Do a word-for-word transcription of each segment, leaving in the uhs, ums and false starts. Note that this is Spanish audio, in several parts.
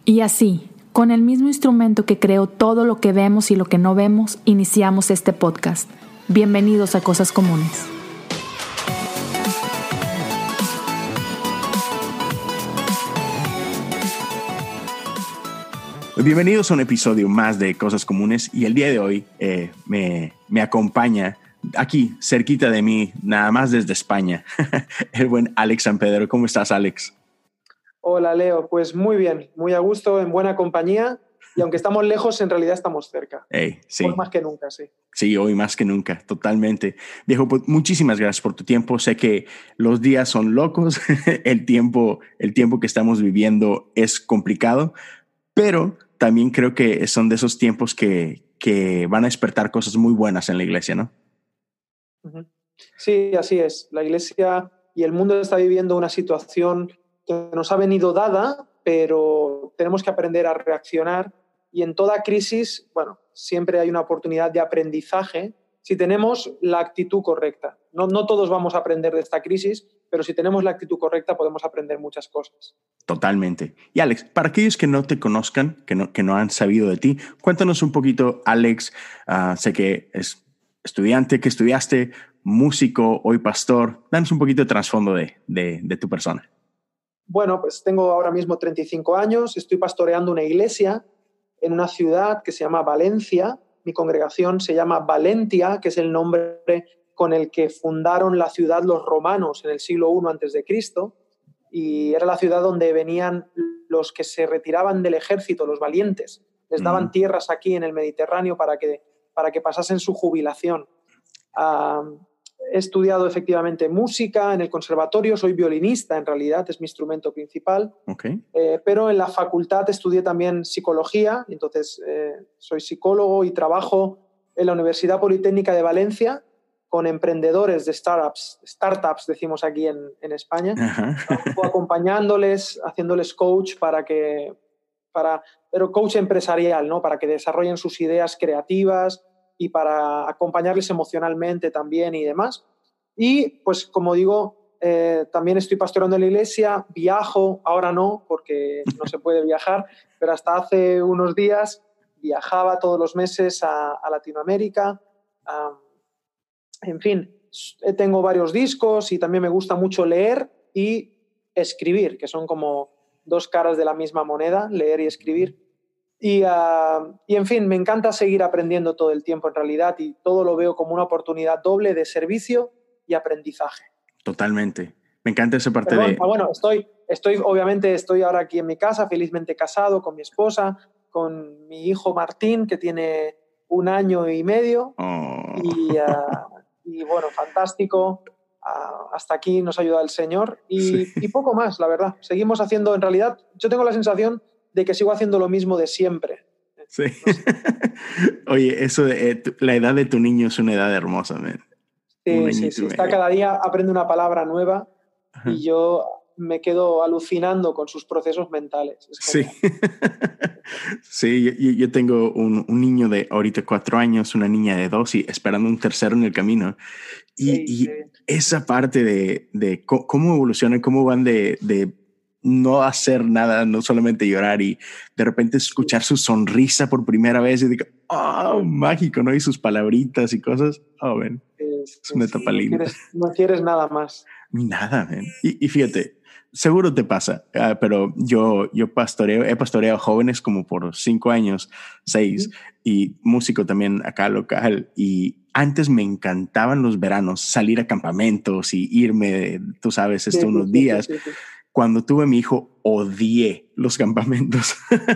Y así, con el mismo instrumento que creó todo lo que vemos y lo que no vemos, iniciamos este podcast. Bienvenidos a Cosas Comunes. Bienvenidos a un episodio más de Cosas Comunes y el día de hoy eh, me, me acompaña aquí, cerquita de mí, nada más desde España, el buen Alex San Pedro. ¿Cómo estás, Alex? Hola, Leo. Pues muy bien, muy a gusto, en buena compañía y aunque estamos lejos, en realidad estamos cerca. Hey, sí. Hoy más que nunca, sí. Sí, hoy más que nunca, totalmente. Viejo, pues muchísimas gracias por tu tiempo. Sé que los días son locos, el tiempo, el tiempo que estamos viviendo es complicado, pero también creo que son de esos tiempos que, que van a despertar cosas muy buenas en la iglesia, ¿no? Sí, así es. La iglesia y el mundo está viviendo una situación que nos ha venido dada, pero tenemos que aprender a reaccionar y en toda crisis, bueno, siempre hay una oportunidad de aprendizaje si tenemos la actitud correcta. No, no todos vamos a aprender de esta crisis, pero si tenemos la actitud correcta podemos aprender muchas cosas. Totalmente. Y Alex, para aquellos que no te conozcan, que no, que no han sabido de ti, cuéntanos un poquito, Alex. Uh, sé que es estudiante, que estudiaste, músico, hoy pastor. Danos un poquito de trasfondo de, de, de tu persona. Bueno, pues tengo ahora mismo treinta y cinco años, estoy pastoreando una iglesia en una ciudad que se llama Valencia. Mi congregación se llama Valentia, que es el nombre con el que fundaron la ciudad los romanos en el siglo primero antes de Cristo. Y era la ciudad donde venían los que se retiraban del ejército, los valientes. Les daban mm. tierras aquí en el Mediterráneo para que, para que pasasen su jubilación. Uh, he estudiado efectivamente música en el conservatorio, soy violinista en realidad, es mi instrumento principal. Okay. Eh, pero en la facultad estudié también psicología, entonces eh, soy psicólogo y trabajo en la Universidad Politécnica de Valencia con emprendedores de startups, startups decimos aquí en, en España, uh-huh. acompañándoles, haciéndoles coach para que, para, pero coach empresarial, ¿no? Para que desarrollen sus ideas creativas y para acompañarles emocionalmente también y demás. Y pues como digo, eh, también estoy pastoreando en la iglesia, viajo, ahora no, porque no se puede viajar, pero hasta hace unos días viajaba todos los meses a, a Latinoamérica. Um, En fin, tengo varios discos y también me gusta mucho leer y escribir, que son como dos caras de la misma moneda, leer y escribir. Y, uh, y en fin, me encanta seguir aprendiendo todo el tiempo en realidad y todo lo veo como una oportunidad doble de servicio y aprendizaje. Totalmente. Me encanta esa parte. Perdón, de... ah, bueno, estoy, estoy, obviamente estoy ahora aquí en mi casa, felizmente casado con mi esposa, con mi hijo Martín, que tiene un año y medio. Oh. Y... Uh, Y bueno, fantástico. Uh, hasta aquí nos ha ayudado el Señor. Y, sí. y poco más, la verdad. Seguimos haciendo, en realidad, yo tengo la sensación de que sigo haciendo lo mismo de siempre. Sí. No sé. Oye, eso de, eh, tu, la edad de tu niño es una edad hermosa, man. Sí, sí, sí. Está cada día, aprende una palabra nueva. Ajá. Y yo me quedo alucinando con sus procesos mentales. Es sí. Sí, yo, yo tengo un, un niño de ahorita cuatro años, una niña de dos y esperando un tercero en el camino. Y, sí, y sí. esa parte de, de cómo evolucionan, cómo van de, de no hacer nada, no solamente llorar y de repente escuchar su sonrisa por primera vez y digo, oh, mágico, ¿no? Y sus palabritas y cosas. Oh, ven. Sí, es una sí, etapa no linda. Quieres, no quieres nada más. Nada, ven. Y, y fíjate, seguro te pasa, uh, pero yo, yo pastoreo, he pastoreado jóvenes como por cinco años, seis, uh-huh. y músico también acá local. Y antes me encantaban los veranos, salir a campamentos y irme, tú sabes, esto, sí, unos sí, días. Sí, sí, sí. Cuando tuve a mi hijo, odié los campamentos.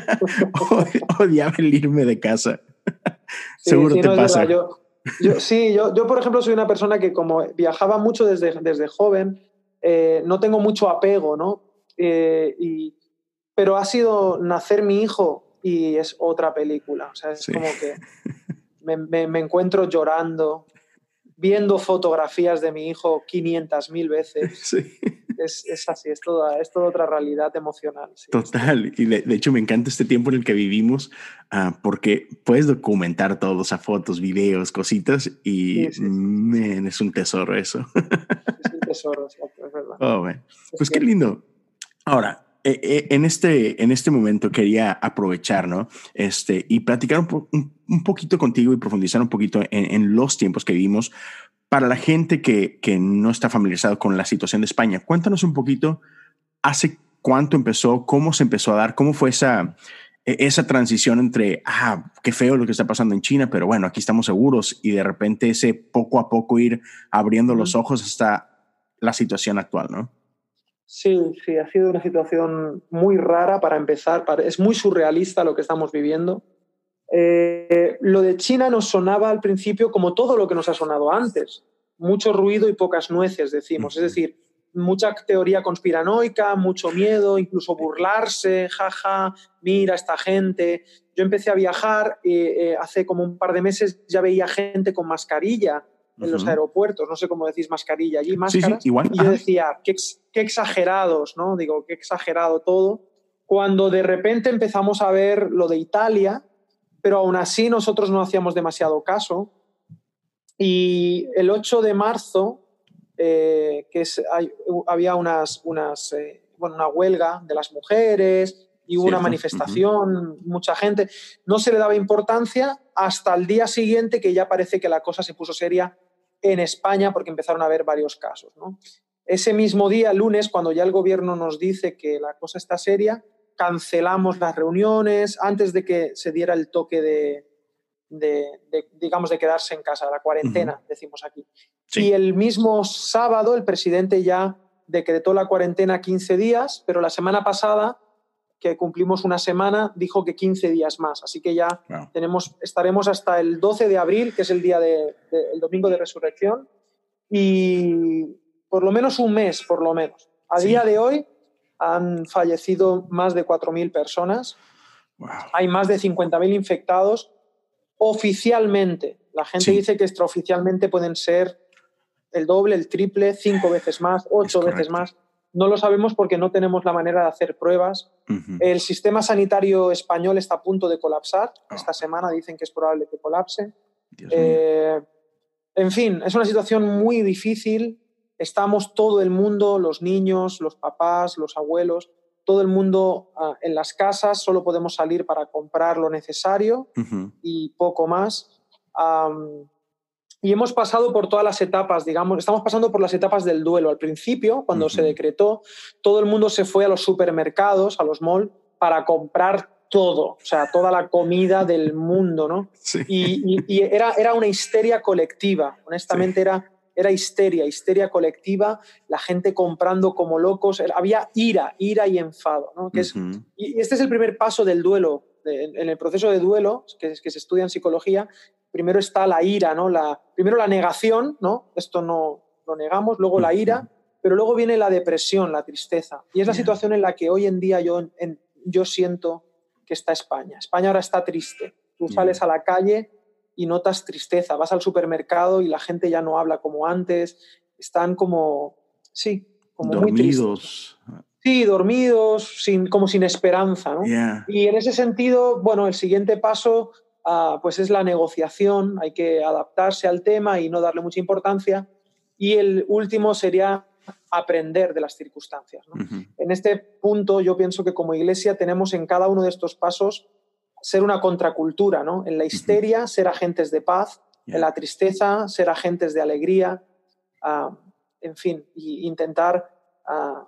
Odiaba el irme de casa. Sí, seguro sí, te no, pasa. Yo, yo, sí, yo, yo, por ejemplo, soy una persona que como viajaba mucho desde, desde joven, eh, no tengo mucho apego, ¿no? Eh, y, pero ha sido nacer mi hijo y es otra película. O sea, es sí. como que me, me, me encuentro llorando, viendo fotografías de mi hijo quinientas mil veces. Sí. Es, es así, es toda, es toda otra realidad emocional. Sí, total, y de, de hecho me encanta este tiempo en el que vivimos uh, porque puedes documentar todo, o sea, fotos, videos, cositas y sí, sí, man, sí. es un tesoro eso. Es un tesoro, es verdad. Oh, man. Pues qué lindo. Ahora, eh, eh, en, este, en este momento quería aprovechar, ¿no? Este, y platicar un, po un, un poquito contigo y profundizar un poquito en, en los tiempos que vivimos. Para la gente que, que no está familiarizado con la situación de España, cuéntanos un poquito, ¿hace cuánto empezó? ¿Cómo se empezó a dar? ¿Cómo fue esa, esa transición entre, ah, qué feo lo que está pasando en China, pero bueno, aquí estamos seguros, y de repente ese poco a poco ir abriendo uh-huh. los ojos hasta la situación actual, ¿no? Sí, sí, ha sido una situación muy rara para empezar. Es muy surrealista lo que estamos viviendo. Eh, lo de China nos sonaba al principio como todo lo que nos ha sonado antes. Mucho ruido y pocas nueces, decimos. Es decir, mucha teoría conspiranoica, mucho miedo, incluso burlarse, jaja, mira esta gente. Yo empecé a viajar y eh, hace como un par de meses ya veía gente con mascarilla en uh-huh. los aeropuertos. No sé cómo decís mascarilla allí, máscaras. Sí, sí, igual. Y yo decía, qué, qué exagerados, ¿no? Digo, qué exagerado todo. Cuando de repente empezamos a ver lo de Italia, pero aún así nosotros no hacíamos demasiado caso. Y el ocho de marzo, eh, que es, hay, había unas, unas, eh, bueno, una huelga de las mujeres y hubo una manifestación, uh-huh. mucha gente, no se le daba importancia hasta el día siguiente, que ya parece que la cosa se puso seria en España porque empezaron a haber varios casos, ¿no? Ese mismo día, lunes, cuando ya el gobierno nos dice que la cosa está seria, cancelamos las reuniones antes de que se diera el toque de, de, de digamos, de quedarse en casa, la cuarentena, uh-huh. decimos aquí. Sí. Y el mismo sábado el presidente ya decretó la cuarentena quince días, pero la semana pasada, que cumplimos una semana, dijo que quince días más. Así que ya wow. tenemos, estaremos hasta el doce de abril, que es el día de, de, el domingo de resurrección, y por lo menos un mes, por lo menos. A sí. día de hoy han fallecido más de cuatro mil personas. Wow. Hay más de cincuenta mil infectados oficialmente. La gente sí. dice que extraoficialmente pueden ser el doble, el triple, cinco veces más, ocho veces más. No lo sabemos porque no tenemos la manera de hacer pruebas. Uh-huh. El sistema sanitario español está a punto de colapsar. Oh. Esta semana dicen que es probable que colapse. Eh, en fin, es una situación muy difícil. Estamos todo el mundo, los niños, los papás, los abuelos, todo el mundo uh, en las casas. Solo podemos salir para comprar lo necesario uh-huh. y poco más. Um, Y hemos pasado por todas las etapas, digamos, estamos pasando por las etapas del duelo. Al principio, cuando uh-huh. se decretó, todo el mundo se fue a los supermercados, a los malls, para comprar todo, o sea, toda la comida del mundo, ¿no? Sí. Y, y, y era, era una histeria colectiva, honestamente sí. era, era histeria, histeria colectiva, la gente comprando como locos, había ira, ira y enfado, ¿no? Que es, uh-huh. Y este es el primer paso del duelo, de, en el proceso de duelo, que, que se estudia en psicología. Primero está la ira, ¿no? La, primero la negación, ¿no? Esto no lo negamos, luego la ira, pero luego viene la depresión, la tristeza. Y es la situación en la que hoy en día yo, en, yo siento que está España. España ahora está triste. Tú sales a la calle y notas tristeza. Vas al supermercado y la gente ya no habla como antes. Están como, sí, como dormidos. Muy tristes. Sí, dormidos, sin, como sin esperanza, ¿no? Yeah. Y en ese sentido, bueno, el siguiente paso... Uh, pues es la negociación, hay que adaptarse al tema y no darle mucha importancia. Y el último sería aprender de las circunstancias, ¿no? Uh-huh. En este punto yo pienso que como Iglesia tenemos en cada uno de estos pasos ser una contracultura, ¿no? En la histeria, uh-huh. ser agentes de paz, yeah. en la tristeza, ser agentes de alegría, uh, en fin, y intentar uh,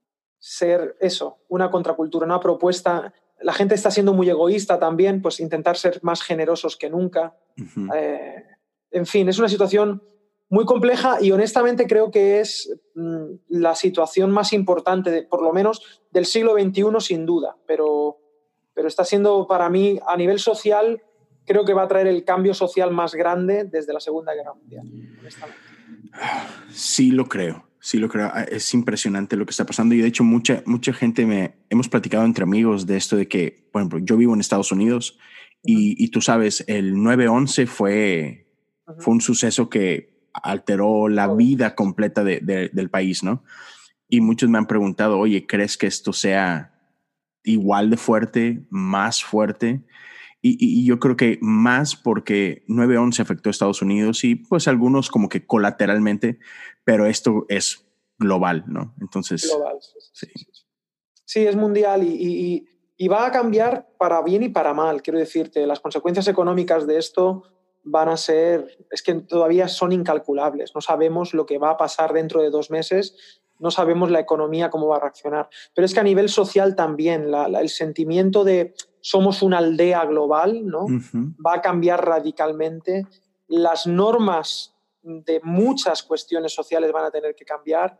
ser eso, una contracultura, una propuesta. La gente está siendo muy egoísta también, pues intentar ser más generosos que nunca. Uh-huh. Eh, en fin, es una situación muy compleja y honestamente creo que es mmm, la situación más importante, de, por lo menos del siglo veintiuno sin duda, pero, pero está siendo para mí a nivel social, creo que va a traer el cambio social más grande desde la Segunda Guerra Mundial, honestamente. Sí lo creo. Sí, lo creo. Es impresionante lo que está pasando. Y de hecho, mucha, mucha gente me hemos platicado entre amigos de esto de que, por ejemplo, yo vivo en Estados Unidos y, y tú sabes, el nueve once fue, uh-huh. fue un suceso que alteró la oh. vida completa de, de, del país, ¿no? Y muchos me han preguntado, oye, ¿crees que esto sea igual de fuerte, más fuerte? Y, y, y yo creo que más porque nueve once afectó a Estados Unidos y pues algunos como que colateralmente, pero esto es global, ¿no? Entonces... Global, sí. sí, sí. Sí, es mundial y, y, y va a cambiar para bien y para mal. Quiero decirte, las consecuencias económicas de esto van a ser, es que todavía son incalculables. No sabemos lo que va a pasar dentro de dos meses, no sabemos la economía cómo va a reaccionar. Pero es que a nivel social también, la, la, el sentimiento de somos una aldea global, ¿no? Uh-huh. Va a cambiar radicalmente. Las normas de muchas cuestiones sociales van a tener que cambiar.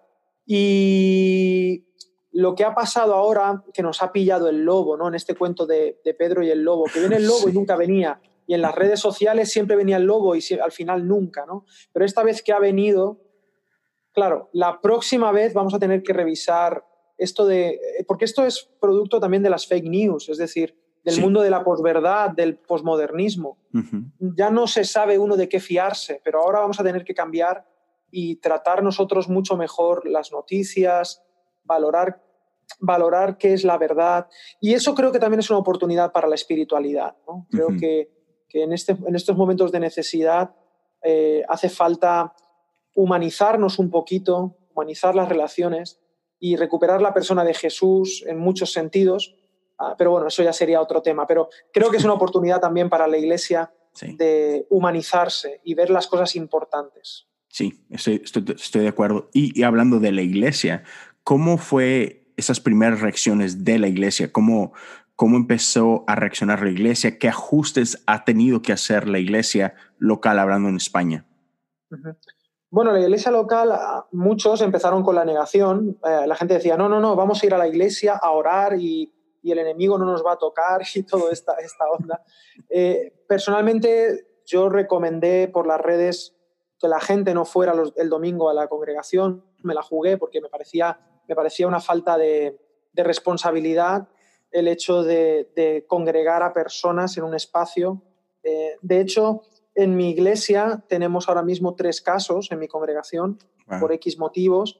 Y lo que ha pasado ahora, que nos ha pillado el lobo, ¿no? En este cuento de, de Pedro y el lobo, que viene el lobo sí. y nunca venía. Y en las redes sociales siempre venía el lobo y al final nunca, ¿no? Pero esta vez que ha venido, claro, la próxima vez vamos a tener que revisar esto de... Porque esto es producto también de las fake news, es decir, del sí. mundo de la posverdad, del posmodernismo. Uh-huh. Ya no se sabe uno de qué fiarse, pero ahora vamos a tener que cambiar y tratar nosotros mucho mejor las noticias, valorar, valorar qué es la verdad. Y eso creo que también es una oportunidad para la espiritualidad, ¿no? Creo uh-huh. que, que en, este, en estos momentos de necesidad eh, hace falta humanizarnos un poquito, humanizar las relaciones y recuperar la persona de Jesús en muchos sentidos. Ah, pero bueno, eso ya sería otro tema. Pero creo que es una oportunidad también para la Iglesia sí. de humanizarse y ver las cosas importantes. Sí, estoy, estoy, estoy de acuerdo. Y, y hablando de la Iglesia, ¿cómo fue esas primeras reacciones de la Iglesia? ¿Cómo, cómo empezó a reaccionar la Iglesia? ¿Qué ajustes ha tenido que hacer la Iglesia local, hablando en España? Uh-huh. Bueno, la Iglesia local, muchos empezaron con la negación. Eh, la gente decía, no, no, no, vamos a ir a la Iglesia a orar y, y el enemigo no nos va a tocar y toda esta, esta onda. Eh, personalmente, yo recomendé por las redes que la gente no fuera los, el domingo a la congregación. Me la jugué porque me parecía, me parecía una falta de, de responsabilidad el hecho de, de congregar a personas en un espacio. Eh, de hecho, en mi iglesia tenemos ahora mismo tres casos en mi congregación wow. por X motivos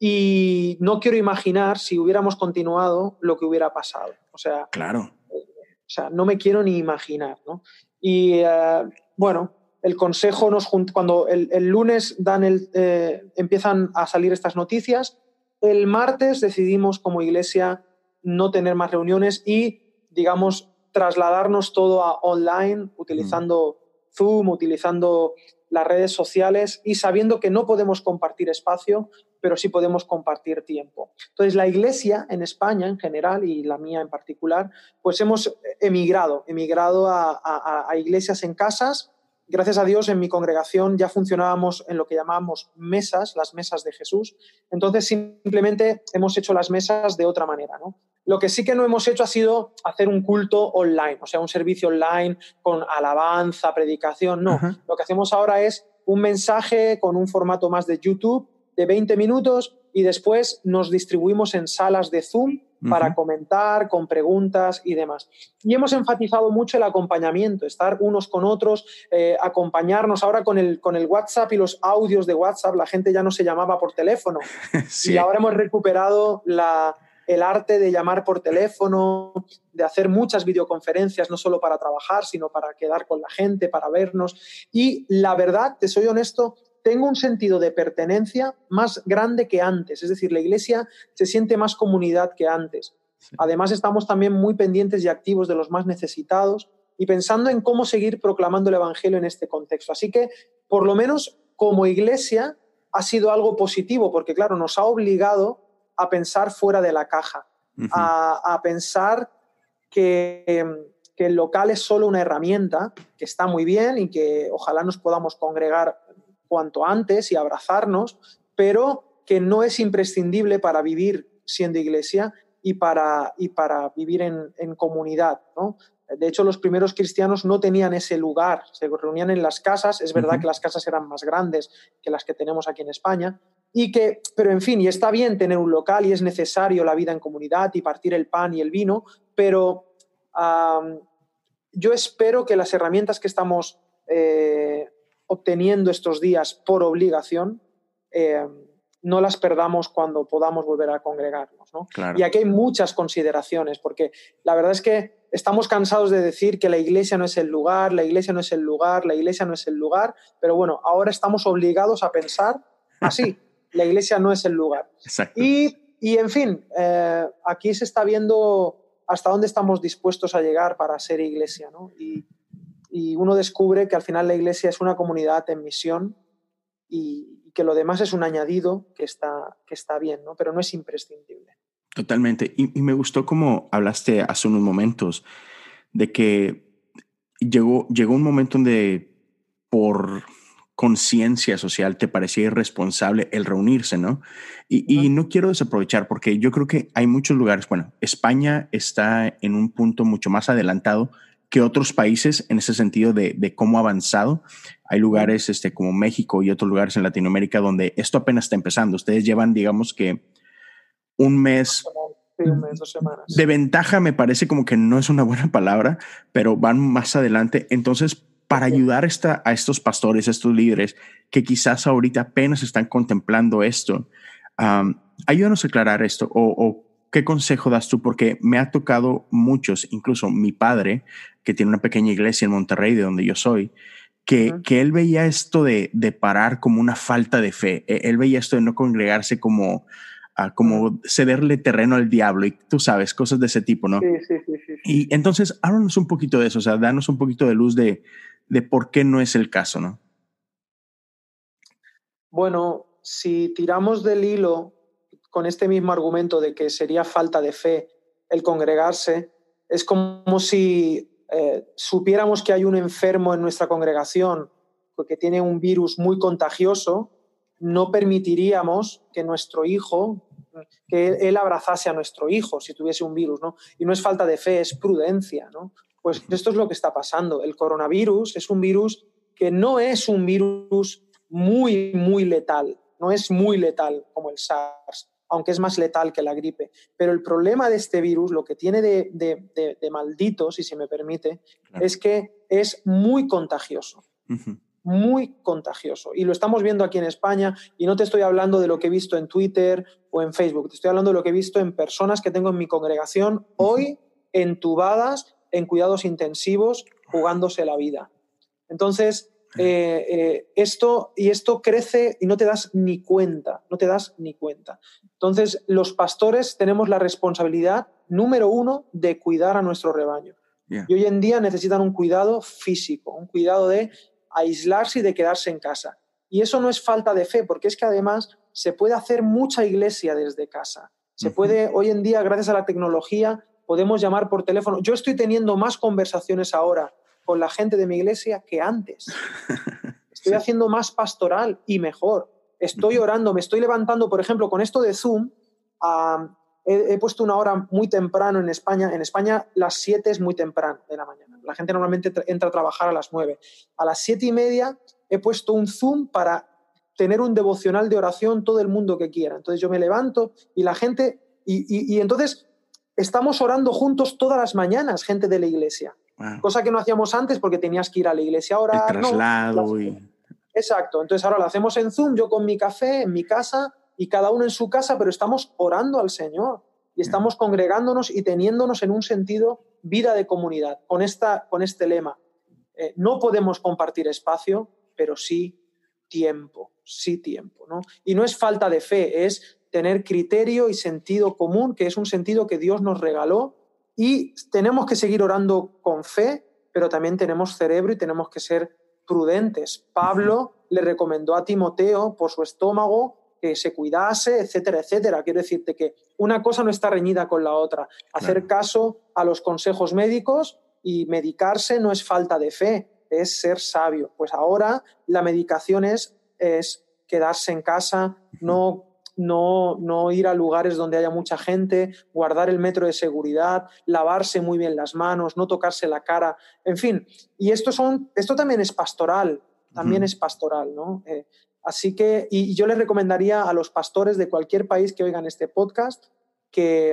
y no quiero imaginar si hubiéramos continuado lo que hubiera pasado. O sea, claro. Eh, o sea no me quiero ni imaginar, ¿no? Y eh, bueno, el consejo nos junt- cuando el, el lunes dan el, eh, empiezan a salir estas noticias, el martes decidimos como iglesia no tener más reuniones y, digamos, trasladarnos todo a online utilizando mm. Zoom, utilizando las redes sociales y sabiendo que no podemos compartir espacio, pero sí podemos compartir tiempo. Entonces, la Iglesia en España en general y la mía en particular, pues hemos emigrado, emigrado a, a, a iglesias en casas. Gracias a Dios, en mi congregación ya funcionábamos en lo que llamábamos mesas, las mesas de Jesús. Entonces, simplemente hemos hecho las mesas de otra manera, ¿no? Lo que sí que no hemos hecho ha sido hacer un culto online, o sea, un servicio online con alabanza, predicación, no. Uh-huh. Lo que hacemos ahora es un mensaje con un formato más de YouTube de veinte minutos y después nos distribuimos en salas de Zoom uh-huh. para comentar, con preguntas y demás. Y hemos enfatizado mucho el acompañamiento, estar unos con otros, eh, acompañarnos. Ahora con el, con el WhatsApp y los audios de WhatsApp, la gente ya no se llamaba por teléfono. Sí. Y ahora hemos recuperado la... el arte de llamar por teléfono, de hacer muchas videoconferencias, no solo para trabajar, sino para quedar con la gente, para vernos. Y la verdad, te soy honesto, tengo un sentido de pertenencia más grande que antes. Es decir, la Iglesia se siente más comunidad que antes. Sí. Además, estamos también muy pendientes y activos de los más necesitados y pensando en cómo seguir proclamando el Evangelio en este contexto. Así que, por lo menos, como Iglesia, ha sido algo positivo, porque, claro, nos ha obligado a pensar fuera de la caja, uh-huh. a, a pensar que, que el local es solo una herramienta, que está muy bien y que ojalá nos podamos congregar cuanto antes y abrazarnos, pero que no es imprescindible para vivir siendo iglesia y para, y para vivir en, en comunidad, ¿no? De hecho, los primeros cristianos no tenían ese lugar, se reunían en las casas. Es verdad uh-huh. que las casas eran más grandes que las que tenemos aquí en España, y que, pero en fin, y está bien tener un local y es necesario la vida en comunidad y partir el pan y el vino, pero um, yo espero que las herramientas que estamos eh, obteniendo estos días por obligación eh, no las perdamos cuando podamos volver a congregarnos, ¿no? Claro. Y aquí hay muchas consideraciones, porque la verdad es que estamos cansados de decir que la iglesia no es el lugar, la iglesia no es el lugar, la iglesia no es el lugar, pero bueno, ahora estamos obligados a pensar así. La iglesia no es el lugar. Exacto. Y y en fin, eh, aquí se está viendo hasta dónde estamos dispuestos a llegar para ser iglesia, ¿no? Y, y uno descubre que al final la iglesia es una comunidad en misión y, y que lo demás es un añadido que está, que está bien, ¿no? Pero no es imprescindible. Totalmente. Y, y me gustó como hablaste hace unos momentos de que llegó, llegó un momento donde por conciencia social te parecía irresponsable el reunirse, ¿no? Y, uh-huh. y no quiero desaprovechar porque yo creo que hay muchos lugares, bueno, España está en un punto mucho más adelantado que otros países en ese sentido de, de cómo ha avanzado. Hay lugares uh-huh. este, como México y otros lugares en Latinoamérica donde esto apenas está empezando. Ustedes llevan, digamos que un mes... Sí, un mes, dos semanas. De ventaja me parece como que no es una buena palabra, pero van más adelante. Entonces, para ayudar esta, a estos pastores, a estos líderes que quizás ahorita apenas están contemplando esto, um, ayúdanos a aclarar esto o, o qué consejo das tú, porque me ha tocado muchos, incluso mi padre, que tiene una pequeña iglesia en Monterrey, de donde yo soy, que, uh-huh. que él veía esto de, de parar como una falta de fe. Él veía esto de no congregarse como... Uh, como uh-huh. cederle terreno al diablo y tú sabes, cosas de ese tipo, ¿no? Sí, sí, sí, sí, sí. Y entonces, háblanos un poquito de eso, o sea, danos un poquito de luz de, de por qué no es el caso, ¿no? Bueno, si tiramos del hilo con este mismo argumento de que sería falta de fe el congregarse, es como si eh, supiéramos que hay un enfermo en nuestra congregación que tiene un virus muy contagioso, no permitiríamos que nuestro hijo, que él abrazase a nuestro hijo si tuviese un virus, ¿no? Y no es falta de fe, es prudencia, ¿no? Pues esto es lo que está pasando. El coronavirus es un virus que no es un virus muy, muy letal, no es muy letal como el SARS, aunque es más letal que la gripe. Pero el problema de este virus, lo que tiene de, de, de, de maldito, si se me permite, claro. es que es muy contagioso. Uh-huh. Muy contagioso. Y lo estamos viendo aquí en España, y no te estoy hablando de lo que he visto en Twitter o en Facebook, te estoy hablando de lo que he visto en personas que tengo en mi congregación hoy entubadas en cuidados intensivos, jugándose la vida. Entonces, eh, eh, esto, y esto crece y no te das ni cuenta, no te das ni cuenta. Entonces, los pastores tenemos la responsabilidad número uno de cuidar a nuestro rebaño. Yeah. Y hoy en día necesitan un cuidado físico, un cuidado de aislarse y de quedarse en casa. Y eso no es falta de fe, porque es que además se puede hacer mucha iglesia desde casa. Se puede, uh-huh. hoy en día, gracias a la tecnología, podemos llamar por teléfono. Yo estoy teniendo más conversaciones ahora con la gente de mi iglesia que antes. Estoy sí. haciendo más pastoral y mejor. Estoy uh-huh. orando, me estoy levantando, por ejemplo, con esto de Zoom, uh, he, he puesto una hora muy temprano en España. En España las siete es muy temprano de la mañana. La gente normalmente entra a trabajar a las nueve. A las siete y media he puesto un Zoom para tener un devocional de oración todo el mundo que quiera. Entonces yo me levanto y la gente... Y, y, y entonces estamos orando juntos todas las mañanas, gente de la iglesia. Wow. Cosa que no hacíamos antes porque tenías que ir a la iglesia a orar. El traslado no, y... Exacto. Entonces ahora lo hacemos en Zoom, yo con mi café, en mi casa y cada uno en su casa, pero estamos orando al Señor. Y estamos congregándonos y teniéndonos en un sentido vida de comunidad, con, esta, con este lema. Eh, no podemos compartir espacio, pero sí tiempo, sí tiempo, ¿no? Y no es falta de fe, es tener criterio y sentido común, que es un sentido que Dios nos regaló, y tenemos que seguir orando con fe, pero también tenemos cerebro y tenemos que ser prudentes. Pablo le recomendó a Timoteo por su estómago que se cuidase, etcétera, etcétera. Quiero decirte que una cosa no está reñida con la otra. Hacer claro. caso a los consejos médicos y medicarse no es falta de fe, es ser sabio. Pues ahora la medicación es, es quedarse en casa, no, no, no ir a lugares donde haya mucha gente, guardar el metro de seguridad, lavarse muy bien las manos, no tocarse la cara, en fin. Y esto, son, esto también es pastoral, también uh-huh. es pastoral, ¿no? Eh, Así que, y yo les recomendaría a los pastores de cualquier país que oigan este podcast que,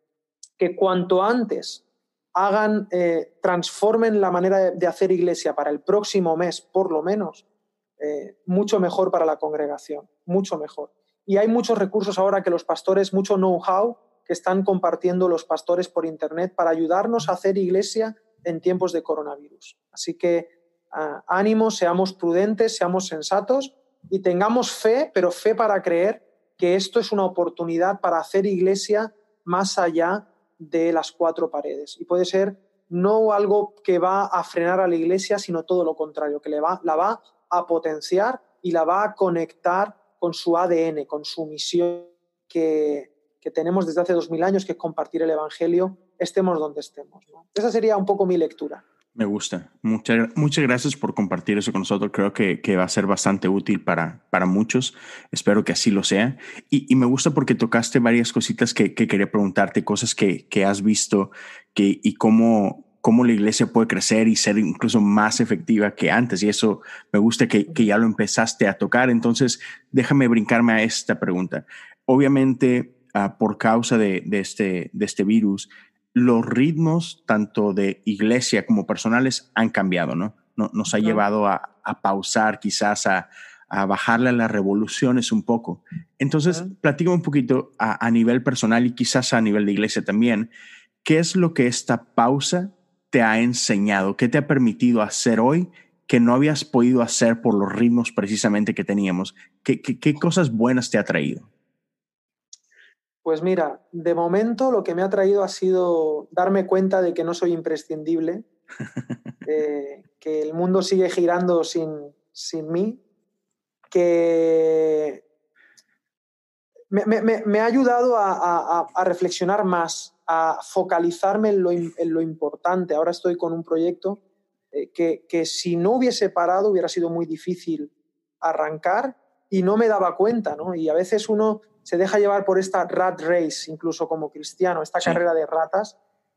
que cuanto antes hagan, eh, transformen la manera de, de hacer iglesia para el próximo mes, por lo menos, eh, mucho mejor para la congregación, mucho mejor. Y hay muchos recursos ahora que los pastores, mucho know-how que están compartiendo los pastores por internet para ayudarnos a hacer iglesia en tiempos de coronavirus. Así que uh, ánimo, seamos prudentes, seamos sensatos y tengamos fe, pero fe para creer que esto es una oportunidad para hacer iglesia más allá de las cuatro paredes. Y puede ser no algo que va a frenar a la iglesia, sino todo lo contrario, que le va, la va a potenciar y la va a conectar con su A D N, con su misión que, que tenemos desde hace dos mil años, que es compartir el Evangelio, estemos donde estemos, ¿no? Esa sería un poco mi lectura. Me gusta. Muchas, muchas gracias por compartir eso con nosotros. Creo que, que va a ser bastante útil para, para muchos. Espero que así lo sea. Y, y me gusta porque tocaste varias cositas que, que quería preguntarte, cosas que, que has visto que, y cómo, cómo la iglesia puede crecer y ser incluso más efectiva que antes. Y eso me gusta que, que ya lo empezaste a tocar. Entonces, déjame brincarme a esta pregunta. Obviamente, uh, por causa de, de, este, de este virus, los ritmos tanto de iglesia como personales han cambiado, ¿no? Nos ha uh-huh. llevado a, a pausar, quizás a, a bajarle a las revoluciones un poco. Entonces, uh-huh. platícame un poquito a, a nivel personal y quizás a nivel de iglesia también. ¿Qué es lo que esta pausa te ha enseñado? ¿Qué te ha permitido hacer hoy que no habías podido hacer por los ritmos precisamente que teníamos? ¿Qué, qué, qué cosas buenas te ha traído? Pues mira, de momento lo que me ha traído ha sido darme cuenta de que no soy imprescindible, eh, que el mundo sigue girando sin, sin mí, que me, me, me ha ayudado a, a, a reflexionar más, a focalizarme en lo, en lo importante. Ahora estoy con un proyecto eh, que, que si no hubiese parado hubiera sido muy difícil arrancar y no me daba cuenta, ¿no? Y a veces uno se deja llevar por esta rat race, incluso como cristiano, esta sí. carrera de ratas,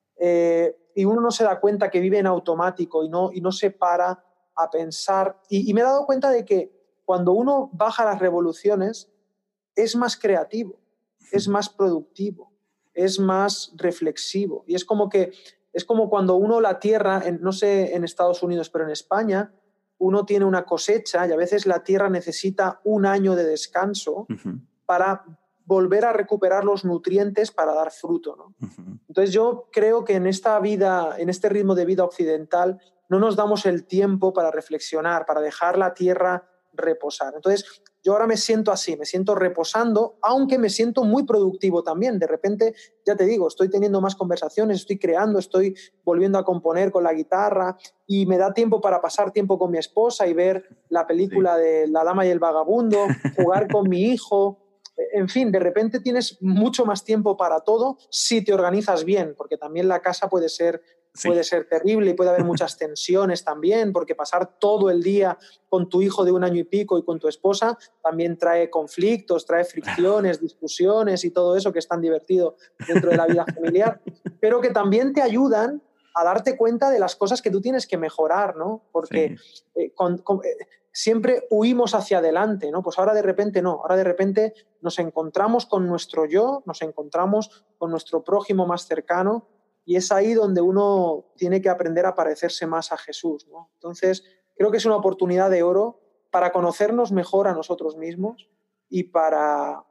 eh, y uno no se da cuenta que vive en automático y no, y no se para a pensar. Y, y me he dado cuenta de que cuando uno baja las revoluciones es más creativo, es más productivo, es más reflexivo. Y es como que es como cuando uno la tierra, en, no sé en Estados Unidos, pero en España, uno tiene una cosecha y a veces la tierra necesita un año de descanso uh-huh. para volver a recuperar los nutrientes para dar fruto, ¿no? Uh-huh. Entonces yo creo que en esta vida, en este ritmo de vida occidental, no nos damos el tiempo para reflexionar, para dejar la tierra reposar. Entonces yo ahora me siento así, me siento reposando, aunque me siento muy productivo también. De repente, ya te digo, estoy teniendo más conversaciones, estoy creando, estoy volviendo a componer con la guitarra y me da tiempo para pasar tiempo con mi esposa y ver la película sí. de La Dama y el Vagabundo, jugar con mi hijo. En fin, de repente tienes mucho más tiempo para todo si te organizas bien, porque también la casa puede ser, sí. puede ser terrible y puede haber muchas tensiones también, porque pasar todo el día con tu hijo de un año y pico y con tu esposa también trae conflictos, trae fricciones, discusiones y todo eso que es tan divertido dentro de la vida familiar, pero que también te ayudan a darte cuenta de las cosas que tú tienes que mejorar, ¿no? Porque sí. eh, con, con, eh, siempre huimos hacia adelante, ¿no? Pues ahora de repente no, ahora de repente nos encontramos con nuestro yo, nos encontramos con nuestro prójimo más cercano y es ahí donde uno tiene que aprender a parecerse más a Jesús, ¿no? Entonces, creo que es una oportunidad de oro para conocernos mejor a nosotros mismos y para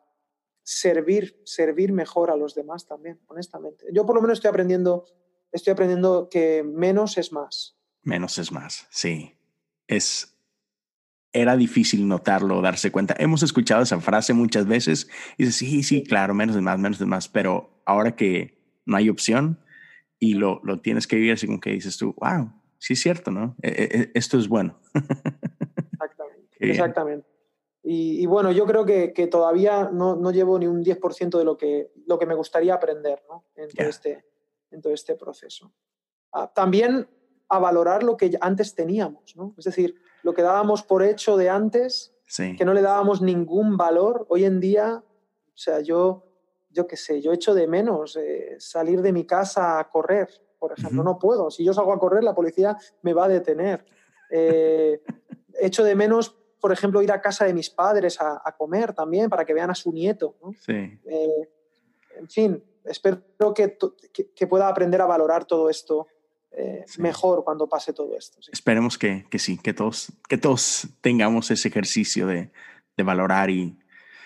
servir, servir mejor a los demás también, honestamente. Yo por lo menos estoy aprendiendo, estoy aprendiendo que menos es más. Menos es más, sí. Es... Era difícil notarlo, darse cuenta. Hemos escuchado esa frase muchas veces y dices, sí, sí, claro, menos es más, menos es más. Pero ahora que no hay opción y lo, lo tienes que vivir así como que dices tú, wow, sí es cierto, ¿no? E- e- esto es bueno. Exactamente, exactamente. Y, y bueno, yo creo que, que todavía no, no llevo ni un diez por ciento de lo que, lo que me gustaría aprender, ¿no? en, todo yeah. este, en todo este proceso. Ah, también a valorar lo que antes teníamos, ¿no? Es decir, lo que dábamos por hecho de antes, sí. que no le dábamos ningún valor, hoy en día, o sea, yo, yo qué sé, yo echo de menos eh, salir de mi casa a correr, por ejemplo, uh-huh. no puedo. Si yo salgo a correr, la policía me va a detener. Eh, echo de menos, por ejemplo, ir a casa de mis padres a, a comer también, para que vean a su nieto, ¿no? Sí. Eh, en fin, espero que, que, que pueda aprender a valorar todo esto Eh, sí. mejor cuando pase todo esto. Sí. Esperemos que, que sí, que todos, que todos tengamos ese ejercicio de, de valorar y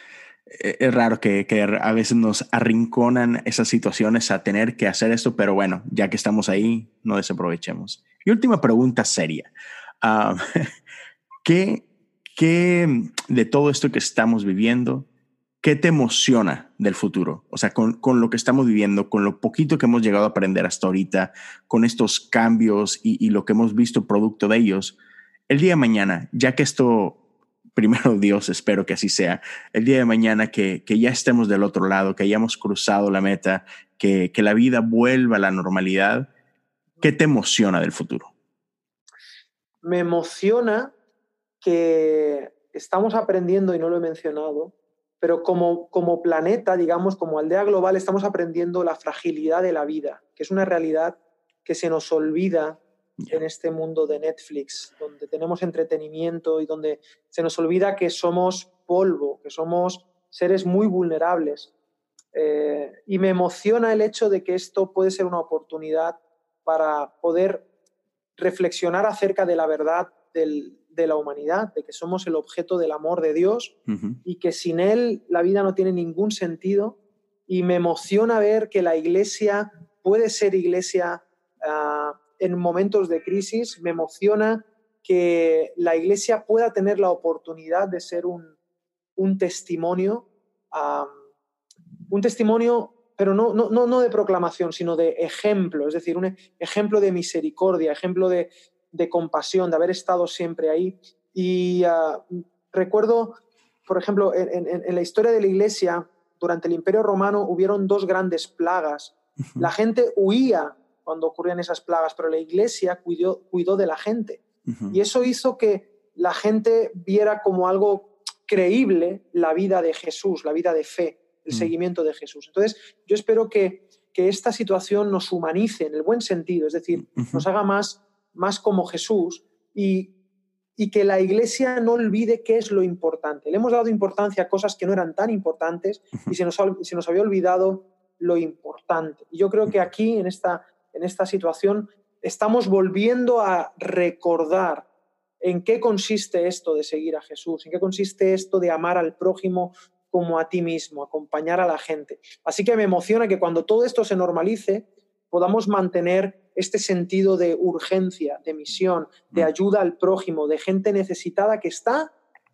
es raro que, que a veces nos arrinconan esas situaciones a tener que hacer esto, pero bueno, ya que estamos ahí, no desaprovechemos. Y última pregunta seria. Uh, ¿qué, ¿Qué de todo esto que estamos viviendo ¿qué te emociona del futuro? O sea, con, con lo que estamos viviendo, con lo poquito que hemos llegado a aprender hasta ahorita, con estos cambios y, y lo que hemos visto producto de ellos, el día de mañana, ya que esto, primero Dios, espero que así sea, el día de mañana que, que ya estemos del otro lado, que hayamos cruzado la meta, que, que la vida vuelva a la normalidad, ¿qué te emociona del futuro? Me emociona que estamos aprendiendo, y no lo he mencionado, pero como, como planeta, digamos, como aldea global, estamos aprendiendo la fragilidad de la vida, que es una realidad que se nos olvida en este mundo de Netflix, donde tenemos entretenimiento y donde se nos olvida que somos polvo, que somos seres muy vulnerables. Eh, y me emociona el hecho de que esto puede ser una oportunidad para poder reflexionar acerca de la verdad del, de la humanidad, de que somos el objeto del amor de Dios uh-huh. y que sin Él la vida no tiene ningún sentido. Y me emociona ver que la Iglesia puede ser Iglesia uh, en momentos de crisis. Me emociona que la Iglesia pueda tener la oportunidad de ser un, un testimonio, um, un testimonio, pero no, no, no de proclamación, sino de ejemplo, es decir, un ejemplo de misericordia, ejemplo de, de compasión, de haber estado siempre ahí. Y uh, recuerdo, por ejemplo, en, en, en la historia de la Iglesia, durante el Imperio Romano hubieron dos grandes plagas. Uh-huh. La gente huía cuando ocurrían esas plagas, pero la Iglesia cuidó, cuidó de la gente. Uh-huh. Y eso hizo que la gente viera como algo creíble la vida de Jesús, la vida de fe, el uh-huh. seguimiento de Jesús. Entonces, yo espero que, que esta situación nos humanice en el buen sentido, es decir, uh-huh. nos haga más, más como Jesús y, y que la Iglesia no olvide qué es lo importante. Le hemos dado importancia a cosas que no eran tan importantes uh-huh. y se nos, se nos había olvidado lo importante. Y yo creo que aquí, en esta, en esta situación, estamos volviendo a recordar en qué consiste esto de seguir a Jesús, en qué consiste esto de amar al prójimo como a ti mismo, acompañar a la gente. Así que me emociona que cuando todo esto se normalice, podamos mantener este sentido de urgencia, de misión, de ayuda al prójimo, de gente necesitada que está,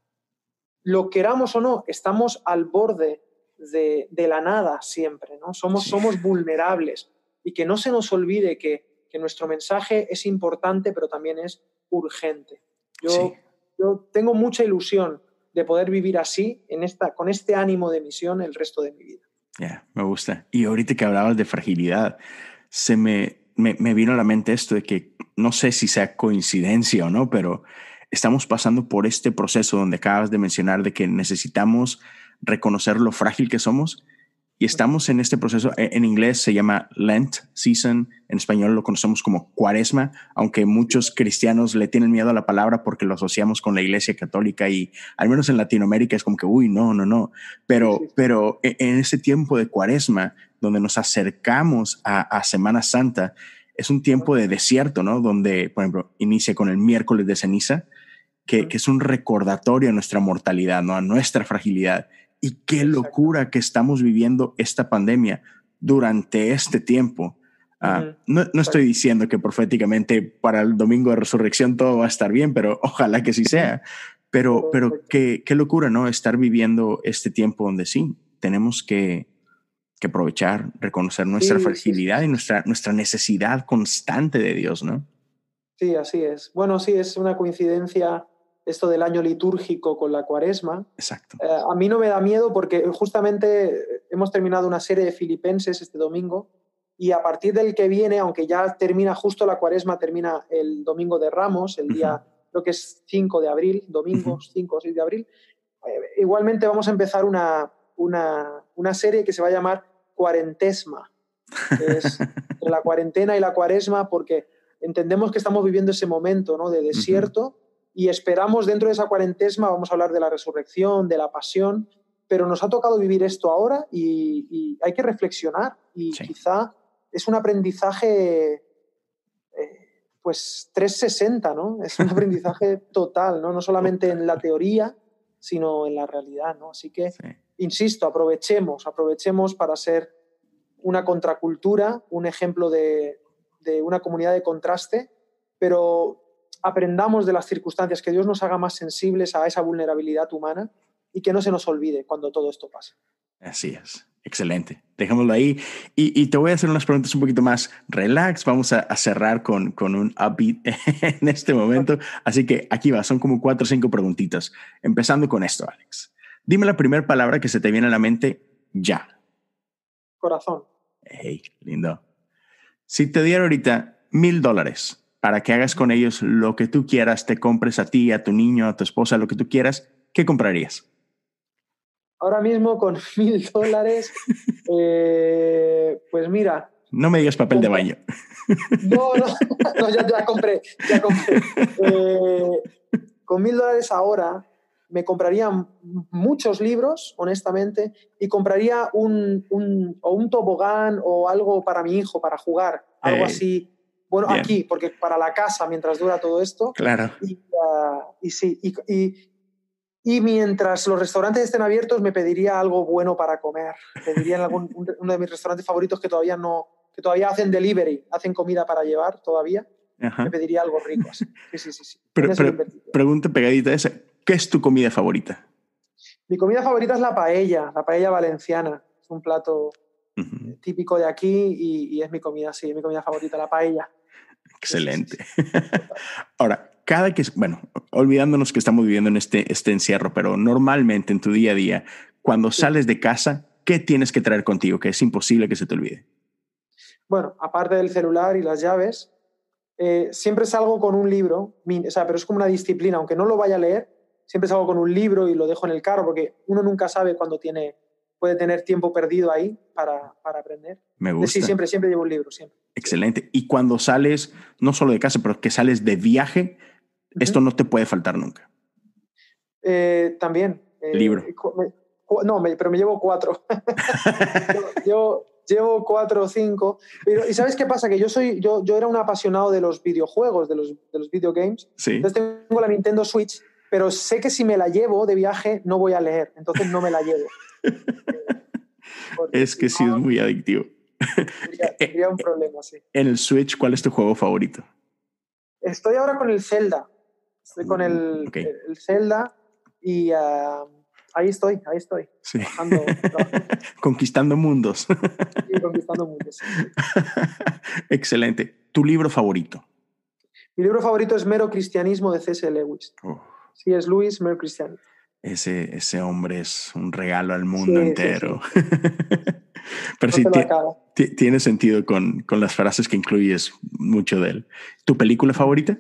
lo queramos o no, estamos al borde de, de la nada siempre, ¿no? Somos, sí. somos vulnerables y que no se nos olvide que, que nuestro mensaje es importante, pero también es urgente. Yo, sí. yo tengo mucha ilusión de poder vivir así, en esta, con este ánimo de misión el resto de mi vida. Ya, yeah, me gusta. Y ahorita que hablabas de fragilidad, se me, me, me vino a la mente esto de que no sé si sea coincidencia o no, pero estamos pasando por este proceso donde acabas de mencionar de que necesitamos reconocer lo frágil que somos. Y estamos en este proceso, en inglés se llama Lent Season, en español lo conocemos como Cuaresma, aunque muchos cristianos le tienen miedo a la palabra porque lo asociamos con la Iglesia Católica y al menos en Latinoamérica es como que, uy, no, no, no. Pero, sí, sí. pero en ese tiempo de Cuaresma, donde nos acercamos a, a Semana Santa, es un tiempo de desierto, ¿no? Donde, por ejemplo, inicia con el miércoles de ceniza, que, que es un recordatorio a nuestra mortalidad, ¿no? A nuestra fragilidad. Y qué locura que estamos viviendo esta pandemia durante este tiempo. Uh, uh-huh. no, no estoy diciendo que proféticamente para el domingo de resurrección todo va a estar bien, pero ojalá que sí sea. Pero, pero qué, qué locura, ¿no? Estar viviendo este tiempo donde sí, tenemos que, que aprovechar, reconocer nuestra sí, fragilidad sí, sí. y nuestra, nuestra necesidad constante de Dios, ¿no? Sí, así es. Bueno, sí, es una coincidencia esto del año litúrgico con la Cuaresma. Exacto. Eh, a mí no me da miedo porque justamente hemos terminado una serie de Filipenses este domingo y a partir del que viene, aunque ya termina justo la Cuaresma, termina el domingo de Ramos, el día, uh-huh. creo que es cinco de abril, domingo uh-huh. cinco o seis de abril. Eh, igualmente vamos a empezar una, una, una serie que se va a llamar Cuarentesma, que es entre la cuarentena y la Cuaresma, porque entendemos que estamos viviendo ese momento, ¿no?, de desierto. Uh-huh. Y esperamos dentro de esa cuarentesma, vamos a hablar de la resurrección, de la pasión, pero nos ha tocado vivir esto ahora y, y hay que reflexionar y sí. quizá es un aprendizaje eh, pues trescientos sesenta, ¿no? Es un aprendizaje total, ¿no? No solamente en la teoría, sino en la realidad, ¿no? Así que, sí. insisto, aprovechemos, aprovechemos para ser una contracultura, un ejemplo de, de una comunidad de contraste, pero aprendamos de las circunstancias, que Dios nos haga más sensibles a esa vulnerabilidad humana y que no se nos olvide cuando todo esto pase. Así es. Excelente. Dejémoslo ahí. Y, y te voy a hacer unas preguntas un poquito más relax. Vamos a, a cerrar con, con un upbeat en este momento. Así que aquí va. Son como cuatro o cinco preguntitas. Empezando con esto, Alex. Dime la primera palabra que se te viene a la mente ya. Corazón. Hey, lindo. Si te diera ahorita mil dólares para que hagas con ellos lo que tú quieras, te compres a ti, a tu niño, a tu esposa, lo que tú quieras, ¿qué comprarías? Ahora mismo con mil dólares, eh, pues mira. No me digas papel compra. de baño. No, no, no ya, ya compré, ya compré. Eh, con mil dólares ahora me compraría muchos libros, honestamente, y compraría un, un, o un tobogán o algo para mi hijo, para jugar, algo Hey, así. Bueno, bien. Aquí, porque para la casa, mientras dura todo esto. Claro. Y, uh, y sí, y, y Y mientras los restaurantes estén abiertos, me pediría algo bueno para comer. Pediría en algún, uno de mis restaurantes favoritos que todavía no, que todavía hacen delivery, hacen comida para llevar todavía. Ajá. Me pediría algo rico así. Sí, sí, sí. sí. Pero, pero pregunta pegadita a esa. ¿Qué es tu comida favorita? Mi comida favorita es la paella, la paella valenciana. Es un plato uh-huh. típico de aquí y, y es mi comida, sí, mi comida favorita, la paella. Excelente. Sí, sí, sí. Ahora, cada que, bueno, olvidándonos que estamos viviendo en este, este encierro, pero normalmente en tu día a día, cuando sí. sales de casa, ¿qué tienes que traer contigo? Que es imposible que se te olvide. Bueno, aparte del celular y las llaves, eh, siempre salgo con un libro, o sea, pero es como una disciplina, aunque no lo vaya a leer, siempre salgo con un libro y lo dejo en el carro, porque uno nunca sabe cuándo tiene, puede tener tiempo perdido ahí para, para aprender. Me gusta. Sí, siempre, siempre llevo un libro, siempre. Excelente. Y cuando sales, no solo de casa, pero que sales de viaje, uh-huh. esto no te puede faltar nunca. Eh, también. Eh, Libro. Me, no, me, pero me llevo cuatro. yo, yo llevo cuatro o cinco. Pero, ¿y sabes qué pasa? Que yo soy, yo, yo era un apasionado de los videojuegos, de los, de los videogames. Sí. Entonces tengo la Nintendo Switch, pero sé que si me la llevo de viaje no voy a leer. Entonces no me la llevo. Es que sí, no, es muy adictivo. Tendría, tendría un problema, sí. En el Switch, ¿cuál es tu juego favorito? Estoy ahora con el Zelda. Estoy con el, okay. el Zelda y uh, ahí estoy, ahí estoy. Sí. Trabajando, trabajando. Conquistando mundos. Sí, conquistando mundos. Sí. Excelente. ¿Tu libro favorito? Mi libro favorito es Mero Cristianismo de C S Lewis. Oh. Sí, es Lewis, Mero Cristianismo. Ese, ese hombre es un regalo al mundo sí, entero. Sí, sí. Pero no sí, t- tiene sentido con, con las frases que incluyes mucho de él. ¿Tu película favorita?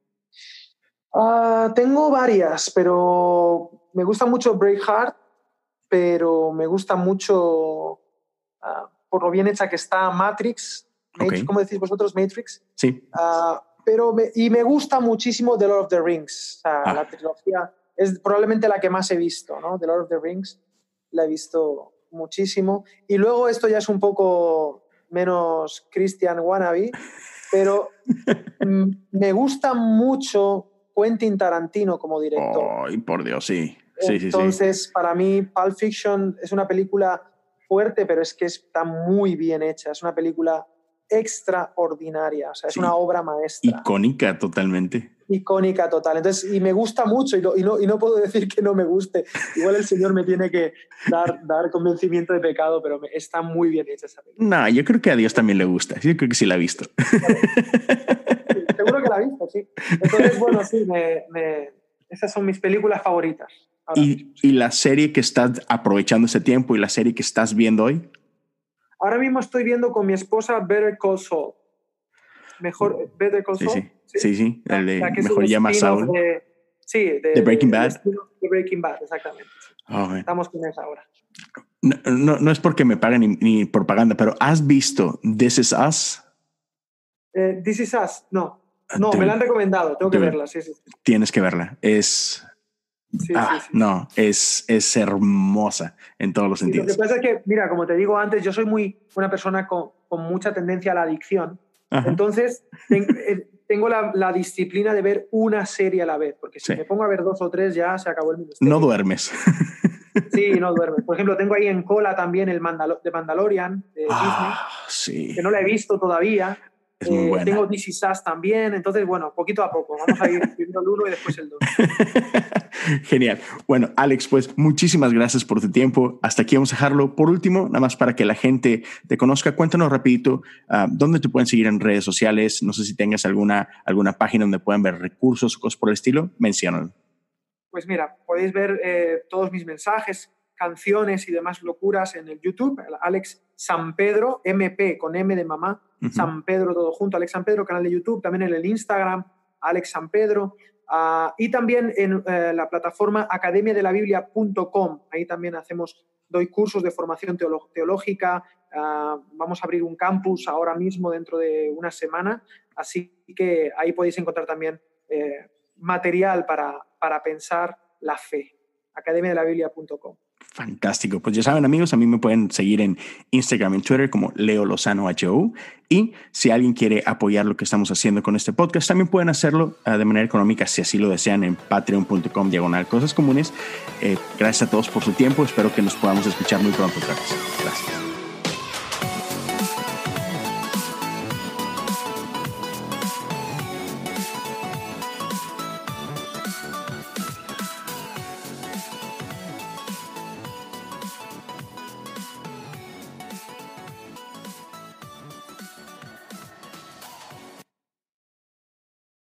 Uh, tengo varias, pero me gusta mucho Braveheart, pero me gusta mucho, uh, por lo bien hecha que está, Matrix. Matrix okay. ¿Cómo decís vosotros? Matrix. Sí. Uh, pero me, y me gusta muchísimo The Lord of the Rings. O sea, ah. La trilogía es probablemente la que más he visto, ¿no? The Lord of the Rings la he visto muchísimo. Y luego esto ya es un poco menos Christian wannabe, pero me gusta mucho Quentin Tarantino como director. Ay, por Dios, sí. sí Entonces, sí, sí. para mí, Pulp Fiction es una película fuerte, pero es que está muy bien hecha. Es una película extraordinaria. O sea, es sí. una obra maestra. Icónica totalmente. Icónica total. Entonces, y me gusta mucho, y no, y, no, y no puedo decir que no me guste. Igual el Señor me tiene que dar, dar convencimiento de pecado, pero me, está muy bien hecha esa película. No, yo creo que a Dios también le gusta. Yo creo que sí la ha visto. Sí, seguro que la ha visto, sí. Entonces, bueno, sí, me, me, esas son mis películas favoritas. ¿Y, ¿Y la serie que estás aprovechando ese tiempo y la serie que estás viendo hoy? Ahora mismo estoy viendo con mi esposa Better Call Saul. Mejor, Better Call sí, Saul. Sí, sí, sí. sí. La, el de la que mejor llama Saul. De, sí, de, de Breaking de, Bad. De Breaking Bad, exactamente. Sí. Oh, Estamos con esa ahora. No, no, no es porque me paguen ni, ni propaganda, pero ¿has visto This Is Us? Eh, This Is Us, no. No, dude, me la han recomendado, tengo dude, que verla, sí, sí. Tienes que verla. Es... Sí, ah, sí, sí. no, es, es hermosa en todos los sí, sentidos. Lo que pasa es que, mira, como te digo antes, yo soy muy una persona con, con mucha tendencia a la adicción. Ajá. Entonces, ten, eh, tengo la, la disciplina de ver una serie a la vez, porque si sí. me pongo a ver dos o tres ya se acabó el ministerio. No duermes. Sí, no duermes. Por ejemplo, tengo ahí en cola también el Mandalo- de Mandalorian, de ah, Disney, sí. que no la he visto todavía. Es muy eh, buena. Tengo D C S A S también, entonces, bueno, poquito a poco. Vamos a ir viendo el uno y después el dos. Genial. Bueno, Alex, pues muchísimas gracias por tu tiempo. Hasta aquí vamos a dejarlo. Por último, nada más para que la gente te conozca, cuéntanos rapidito uh, dónde te pueden seguir en redes sociales. No sé si tengas alguna, alguna página donde puedan ver recursos o cosas por el estilo. Menciónalo. Pues mira, podéis ver eh, todos mis mensajes, canciones y demás locuras en el YouTube. Alex San Pedro, M P con M de mamá, uh-huh. San Pedro todo junto, Alex San Pedro, canal de YouTube, también en el Instagram, Alex San Pedro, uh, y también en uh, la plataforma academia de la biblia punto com. Ahí también hacemos, doy cursos de formación teolo- teológica, uh, vamos a abrir un campus ahora mismo dentro de una semana, así que ahí podéis encontrar también eh, material para, para pensar la fe, academia de la biblia punto com. Fantástico. Pues ya saben, amigos, a mí me pueden seguir en Instagram y en Twitter como Leo Lozano H O. Y si alguien quiere apoyar lo que estamos haciendo con este podcast, también pueden hacerlo uh, de manera económica, si así lo desean, en patreon punto com diagonal cosas comunes. Eh, gracias a todos por su tiempo. Espero que nos podamos escuchar muy pronto otra vez. Gracias.